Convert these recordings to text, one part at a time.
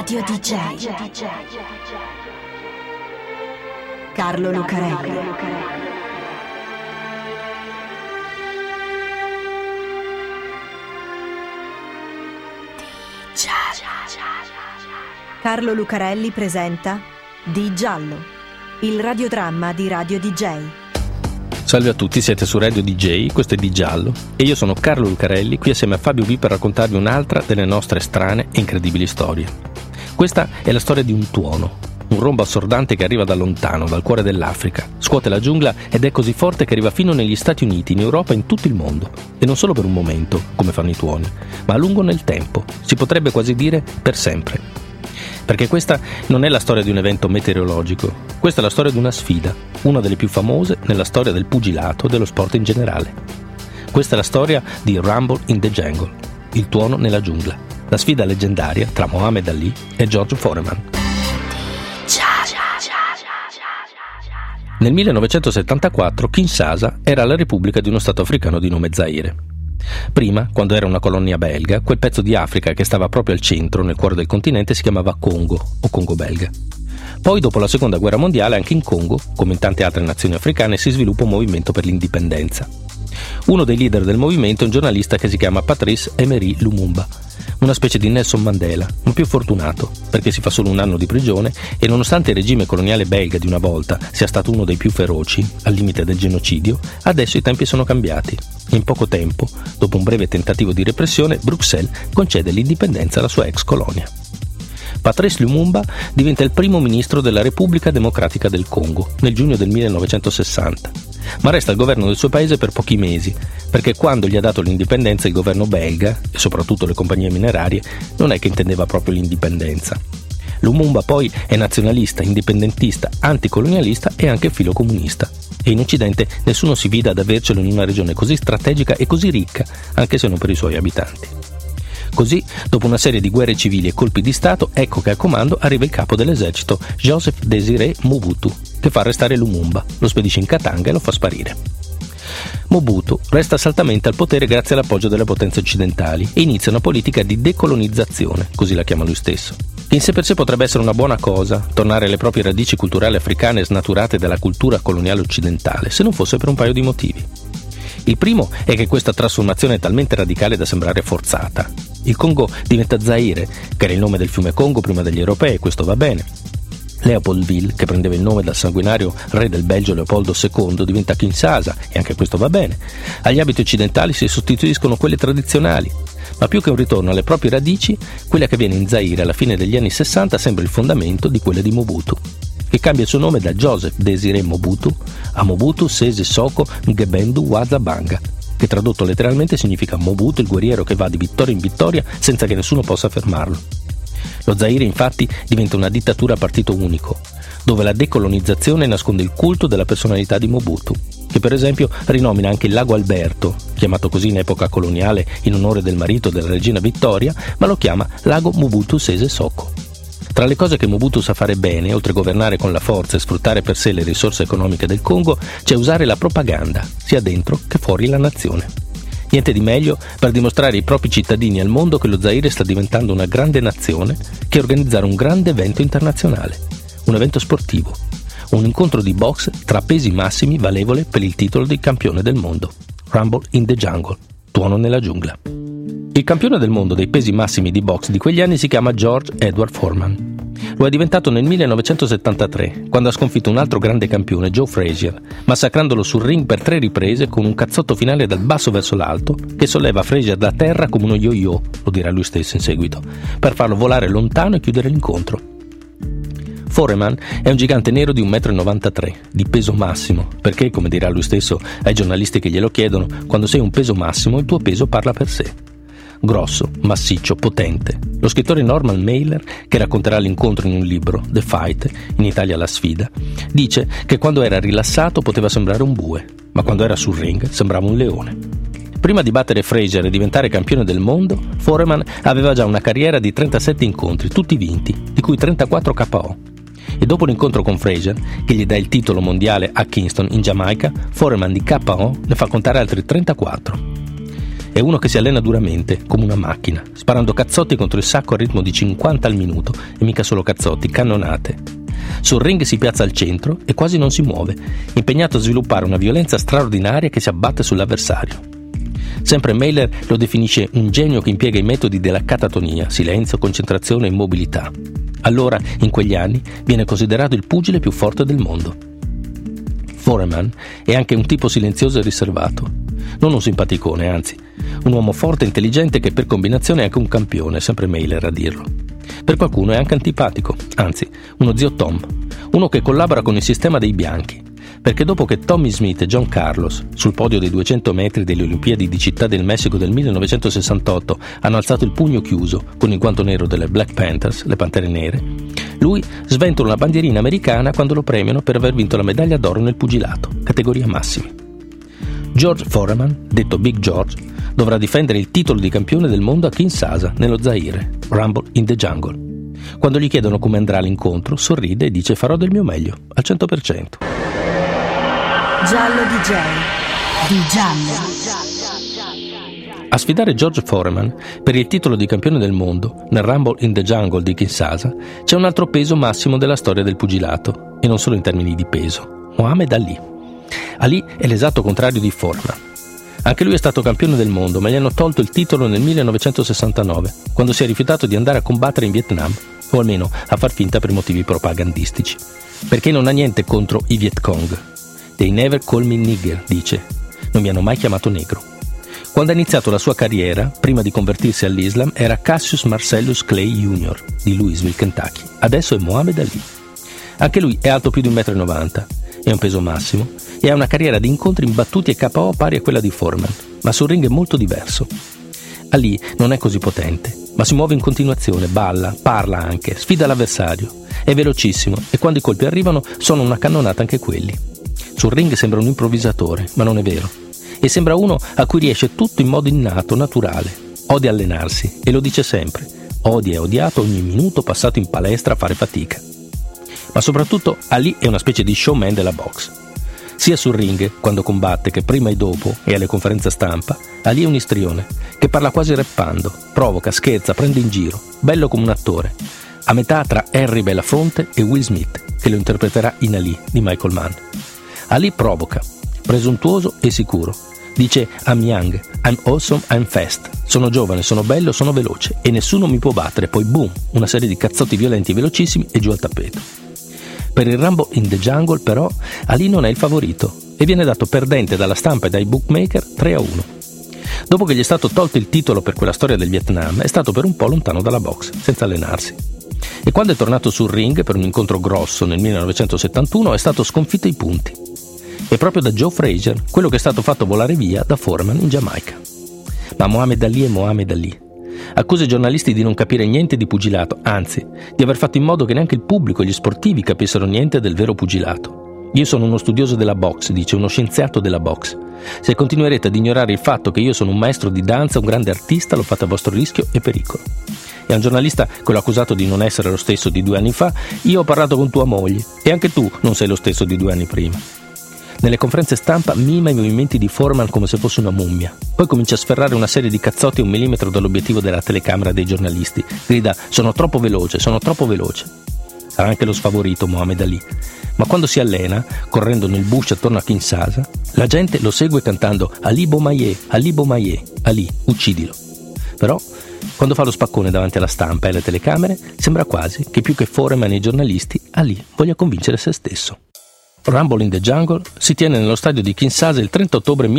Radio DJ. Carlo Lucarelli. Carlo Lucarelli presenta Di Giallo, il radiodramma di Radio DJ. Salve a tutti, siete su Radio DJ, questo è Di Giallo e io sono Carlo Lucarelli, qui assieme a Fabio B per raccontarvi un'altra delle nostre strane e incredibili storie. Questa è la storia di un tuono, un rombo assordante che arriva da lontano, dal cuore dell'Africa, scuote la giungla ed è così forte che arriva fino negli Stati Uniti, in Europa e in tutto il mondo. E non solo per un momento, come fanno i tuoni, ma a lungo nel tempo, si potrebbe quasi dire per sempre. Perché questa non è la storia di un evento meteorologico, questa è la storia di una sfida, una delle più famose nella storia del pugilato e dello sport in generale. Questa è la storia di Rumble in the Jungle, il tuono nella giungla, la sfida leggendaria tra Muhammad Ali e George Foreman. Nel 1974 Kinshasa era la repubblica di uno stato africano di nome Zaire. Prima, quando era una colonia belga, quel pezzo di Africa che stava proprio al centro, nel cuore del continente, si chiamava Congo o Congo belga. Poi, dopo la seconda guerra mondiale, anche in Congo, come in tante altre nazioni africane, si sviluppa un movimento per l'indipendenza. Uno dei leader del movimento è un giornalista che si chiama Patrice Emery Lumumba, una specie di Nelson Mandela, ma più fortunato, perché si fa solo un anno di prigione e nonostante il regime coloniale belga di una volta sia stato uno dei più feroci, al limite del genocidio, adesso i tempi sono cambiati. In poco tempo, dopo un breve tentativo di repressione, Bruxelles concede l'indipendenza alla sua ex colonia. Patrice Lumumba diventa il primo ministro della Repubblica Democratica del Congo nel giugno del 1960, ma resta al governo del suo paese per pochi mesi, perché quando gli ha dato l'indipendenza il governo belga, e soprattutto le compagnie minerarie, non è che intendeva proprio l'indipendenza. Lumumba poi è nazionalista, indipendentista, anticolonialista e anche filocomunista. E in Occidente nessuno si fida ad avercelo in una regione così strategica e così ricca, anche se non per i suoi abitanti. Così, dopo una serie di guerre civili e colpi di Stato, ecco che al comando arriva il capo dell'esercito, Joseph Désiré Mobutu, che fa arrestare Lumumba, lo spedisce in Katanga e lo fa sparire. Mobutu resta saldamente al potere grazie all'appoggio delle potenze occidentali e inizia una politica di decolonizzazione, così la chiama lui stesso, che in sé per sé potrebbe essere una buona cosa, tornare alle proprie radici culturali africane snaturate dalla cultura coloniale occidentale, se non fosse per un paio di motivi. Il primo è che questa trasformazione è talmente radicale da sembrare forzata. Il Congo diventa Zaire, che era il nome del fiume Congo prima degli europei, questo va bene. Leopoldville, che prendeva il nome dal sanguinario re del Belgio Leopoldo II, diventa Kinshasa, e anche questo va bene. Agli abiti occidentali si sostituiscono quelle tradizionali, ma più che un ritorno alle proprie radici, quella che viene in Zaire alla fine degli anni 60 sembra il fondamento di quella di Mobutu, che cambia il suo nome da Joseph Désiré Mobutu a Mobutu Sese Seko Ngebendu Wazabanga, che tradotto letteralmente significa Mobutu il guerriero che va di vittoria in vittoria senza che nessuno possa fermarlo. Lo Zaire infatti diventa una dittatura a partito unico, dove la decolonizzazione nasconde il culto della personalità di Mobutu, che per esempio rinomina anche il lago Alberto, chiamato così in epoca coloniale in onore del marito della regina Vittoria, ma lo chiama lago Mobutu Sese Seko. Tra le cose che Mobutu sa fare bene, oltre a governare con la forza e sfruttare per sé le risorse economiche del Congo, c'è usare la propaganda, sia dentro che fuori la nazione. Niente di meglio per dimostrare ai propri cittadini e al mondo che lo Zaire sta diventando una grande nazione che organizzare un grande evento internazionale, un evento sportivo, un incontro di box tra pesi massimi valevole per il titolo di campione del mondo, Rumble in the Jungle, tuono nella giungla. Il campione del mondo dei pesi massimi di box di quegli anni si chiama George Edward Foreman. Lo è diventato nel 1973, quando ha sconfitto un altro grande campione, Joe Frazier, massacrandolo sul ring per 3 riprese con un cazzotto finale dal basso verso l'alto che solleva Frazier da terra come uno yo-yo, lo dirà lui stesso in seguito, per farlo volare lontano e chiudere l'incontro. Foreman è un gigante nero di 1,93 m, di peso massimo, perché, come dirà lui stesso ai giornalisti che glielo chiedono, quando sei un peso massimo il tuo peso parla per sé. Grosso, massiccio, potente. Lo scrittore Norman Mailer, che racconterà l'incontro in un libro, The Fight, in Italia La sfida, dice che quando era rilassato poteva sembrare un bue, ma quando era sul ring sembrava un leone. Prima di battere Frazier e diventare campione del mondo, Foreman aveva già una carriera di 37 incontri, tutti vinti, di cui 34 KO. E dopo l'incontro con Frazier, che gli dà il titolo mondiale a Kingston in Giamaica, Foreman di KO ne fa contare altri 34. È uno che si allena duramente, come una macchina, sparando cazzotti contro il sacco a ritmo di 50 al minuto, e mica solo cazzotti, cannonate. Sul ring si piazza al centro e quasi non si muove, impegnato a sviluppare una violenza straordinaria che si abbatte sull'avversario. Sempre Mailer lo definisce un genio che impiega i metodi della catatonia, silenzio, concentrazione e immobilità. Allora, in quegli anni, viene considerato il pugile più forte del mondo. Foreman è anche un tipo silenzioso e riservato. Non un simpaticone, anzi, un uomo forte e intelligente che per combinazione è anche un campione, sempre Mailer a dirlo. Per qualcuno è anche antipatico, anzi, uno zio Tom, uno che collabora con il sistema dei bianchi, perché dopo che Tommy Smith e John Carlos, sul podio dei 200 metri delle Olimpiadi di Città del Messico del 1968, hanno alzato il pugno chiuso con il guanto nero delle Black Panthers, le Pantere Nere, lui sventola una bandierina americana quando lo premiano per aver vinto la medaglia d'oro nel pugilato, categoria massimi. George Foreman, detto Big George, dovrà difendere il titolo di campione del mondo a Kinshasa, nello Zaire, Rumble in the Jungle. Quando gli chiedono come andrà l'incontro, sorride e dice: farò del mio meglio, al 100%. Giallo DJ di Giallo. A sfidare George Foreman per il titolo di campione del mondo nel Rumble in the Jungle di Kinshasa c'è un altro peso massimo della storia del pugilato, e non solo in termini di peso: Muhammad Ali. Ali è l'esatto contrario di Foreman. Anche lui è stato campione del mondo, ma gli hanno tolto il titolo nel 1969, quando si è rifiutato di andare a combattere in Vietnam, o almeno a far finta per motivi propagandistici. Perché non ha niente contro i Viet Cong. They never call me nigger, dice. Non mi hanno mai chiamato negro. Quando ha iniziato la sua carriera, prima di convertirsi all'Islam, era Cassius Marcellus Clay Jr. di Louisville, Kentucky. Adesso è Muhammad Ali. Anche lui è alto più di 1,90 m, è un peso massimo e ha una carriera di incontri imbattuti e KO pari a quella di Foreman, ma sul ring è molto diverso. Ali non è così potente, ma si muove in continuazione, balla, parla anche, sfida l'avversario, è velocissimo e quando i colpi arrivano sono una cannonata anche quelli. Sul ring sembra un improvvisatore, ma non è vero. E sembra uno a cui riesce tutto in modo innato, naturale. Odia allenarsi, e lo dice sempre. Odia e odiato ogni minuto passato in palestra a fare fatica. Ma soprattutto Ali è una specie di showman della box. Sia sul ring, quando combatte, che prima e dopo, e alle conferenze stampa, Ali è un istrione, che parla quasi rappando, provoca, scherza, prende in giro, bello come un attore. A metà tra Henry Belafonte e Will Smith, che lo interpreterà in Ali, di Michael Mann. Ali provoca, presuntuoso e sicuro. Dice: I'm young, I'm awesome, I'm fast. Sono giovane, sono bello, sono veloce e nessuno mi può battere. Poi boom, una serie di cazzotti violenti e velocissimi e giù al tappeto. Per il Rumble in the Jungle però Ali non è il favorito e viene dato perdente dalla stampa e dai bookmaker 3-1. Dopo che gli è stato tolto il titolo per quella storia del Vietnam, è stato per un po' lontano dalla box, senza allenarsi. E quando è tornato sul ring per un incontro grosso nel 1971 è stato sconfitto ai punti. E proprio da Joe Frazier, quello che è stato fatto volare via da Foreman in Giamaica. Ma Muhammad Ali è Muhammad Ali. Accusa i giornalisti di non capire niente di pugilato, anzi, di aver fatto in modo che neanche il pubblico e gli sportivi capissero niente del vero pugilato. Io sono uno studioso della box, dice, uno scienziato della box. Se continuerete ad ignorare il fatto che io sono un maestro di danza, un grande artista, lo fate a vostro rischio e pericolo. E a un giornalista che l'ho accusato di non essere lo stesso di 2 anni fa: io ho parlato con tua moglie e anche tu non sei lo stesso di 2 anni prima. Nelle conferenze stampa mima i movimenti di Foreman come se fosse una mummia. Poi comincia a sferrare una serie di cazzotti a 1 millimetro dall'obiettivo della telecamera dei giornalisti. Grida: sono troppo veloce, sono troppo veloce. Sarà anche lo sfavorito Muhammad Ali. Ma quando si allena, correndo nel bush attorno a Kinshasa, la gente lo segue cantando Ali Bomaye, Ali Bomaye, Ali, uccidilo. Però, quando fa lo spaccone davanti alla stampa e alle telecamere, sembra quasi che più che Foreman e i giornalisti, Ali voglia convincere se stesso. Rumble in the Jungle si tiene nello stadio di Kinshasa il 30 ottobre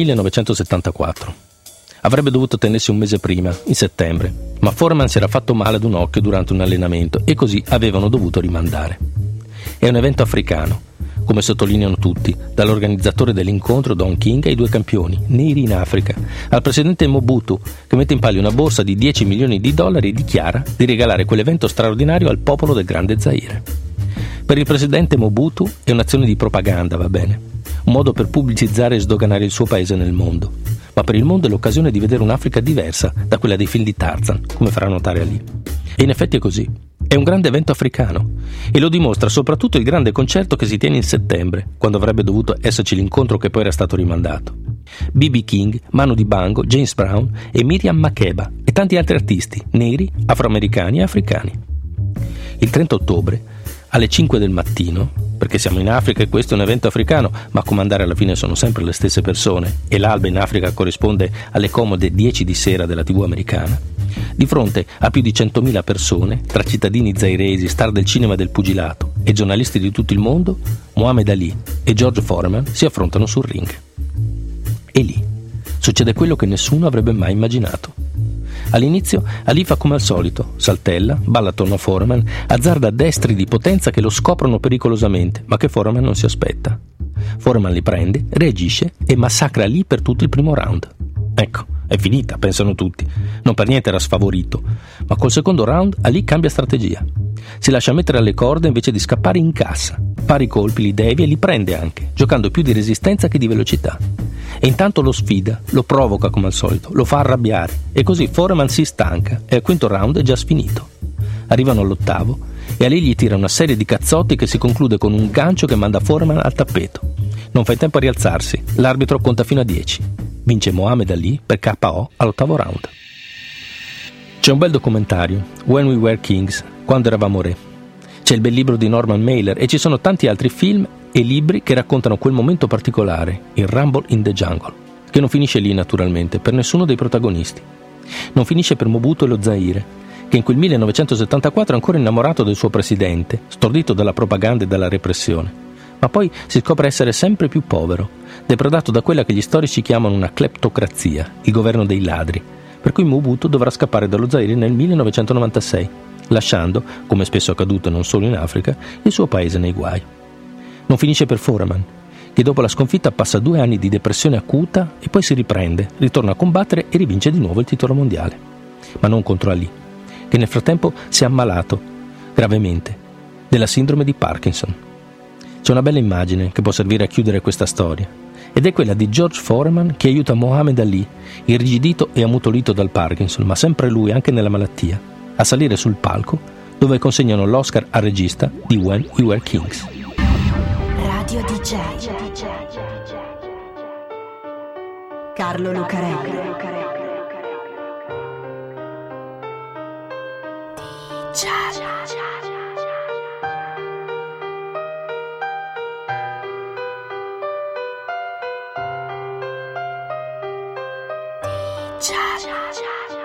1974. Avrebbe dovuto tenersi un mese prima, in settembre, ma Foreman si era fatto male ad un occhio durante un allenamento e così avevano dovuto rimandare. È un evento africano, come sottolineano tutti, dall'organizzatore dell'incontro Don King ai 2 campioni, neri in Africa, al presidente Mobutu, che mette in palio una borsa di $10 milioni e dichiara di regalare quell'evento straordinario al popolo del grande Zaire. Per il presidente Mobutu è un'azione di propaganda, va bene, un modo per pubblicizzare e sdoganare il suo paese nel mondo, ma per il mondo è l'occasione di vedere un'Africa diversa da quella dei film di Tarzan, come farà notare Ali. E in effetti è così. È un grande evento africano e lo dimostra soprattutto il grande concerto che si tiene in settembre, quando avrebbe dovuto esserci l'incontro che poi era stato rimandato. B.B. King, Manu Dibango, James Brown e Miriam Makeba e tanti altri artisti, neri, afroamericani e africani. Il 30 ottobre, alle 5 del mattino, perché siamo in Africa e questo è un evento africano, ma a comandare alla fine sono sempre le stesse persone e l'alba in Africa corrisponde alle comode 10 di sera della TV americana, di fronte a più di 100.000 persone, tra cittadini zairesi, star del cinema e del pugilato e giornalisti di tutto il mondo, Muhammad Ali e George Foreman si affrontano sul ring. E lì succede quello che nessuno avrebbe mai immaginato. All'inizio Ali fa come al solito, saltella, balla attorno a Foreman, azzarda destri di potenza che lo scoprono pericolosamente, ma che Foreman non si aspetta. Foreman li prende, reagisce e massacra Ali per tutto il primo round. Ecco, è finita, pensano tutti. Non per niente era sfavorito, ma col secondo round Ali cambia strategia. Si lascia mettere alle corde invece di scappare, incassa. Pari colpi, li devia e li prende anche, giocando più di resistenza che di velocità. E intanto lo sfida, lo provoca come al solito, lo fa arrabbiare e così Foreman si stanca e al quinto round è già sfinito. Arrivano all'ottavo e Ali gli tira una serie di cazzotti che si conclude con un gancio che manda Foreman al tappeto. Non fa in tempo a rialzarsi, l'arbitro conta fino a 10. Vince Muhammad Ali per KO all'ottavo round. C'è un bel documentario, When We Were Kings, quando eravamo re. C'è il bel libro di Norman Mailer e ci sono tanti altri film e libri che raccontano quel momento particolare, il Rumble in the Jungle, che non finisce lì naturalmente per nessuno dei protagonisti. Non finisce per Mobutu e lo Zaire, che in quel 1974 è ancora innamorato del suo presidente, stordito dalla propaganda e dalla repressione, ma poi si scopre essere sempre più povero, depredato da quella che gli storici chiamano una cleptocrazia, il governo dei ladri, per cui Mobutu dovrà scappare dallo Zaire nel 1996, lasciando, come spesso accaduto non solo in Africa, il suo paese nei guai. Non finisce per Foreman, che dopo la sconfitta passa 2 anni di depressione acuta e poi si riprende, ritorna a combattere e rivince di nuovo il titolo mondiale. Ma non contro Ali, che nel frattempo si è ammalato, gravemente, della sindrome di Parkinson. C'è una bella immagine che può servire a chiudere questa storia, ed è quella di George Foreman che aiuta Muhammad Ali, irrigidito e ammutolito dal Parkinson, ma sempre lui, anche nella malattia, a salire sul palco dove consegnano l'Oscar al regista di When We Were Kings. Radio DJ Carlo Lucarelli. DJ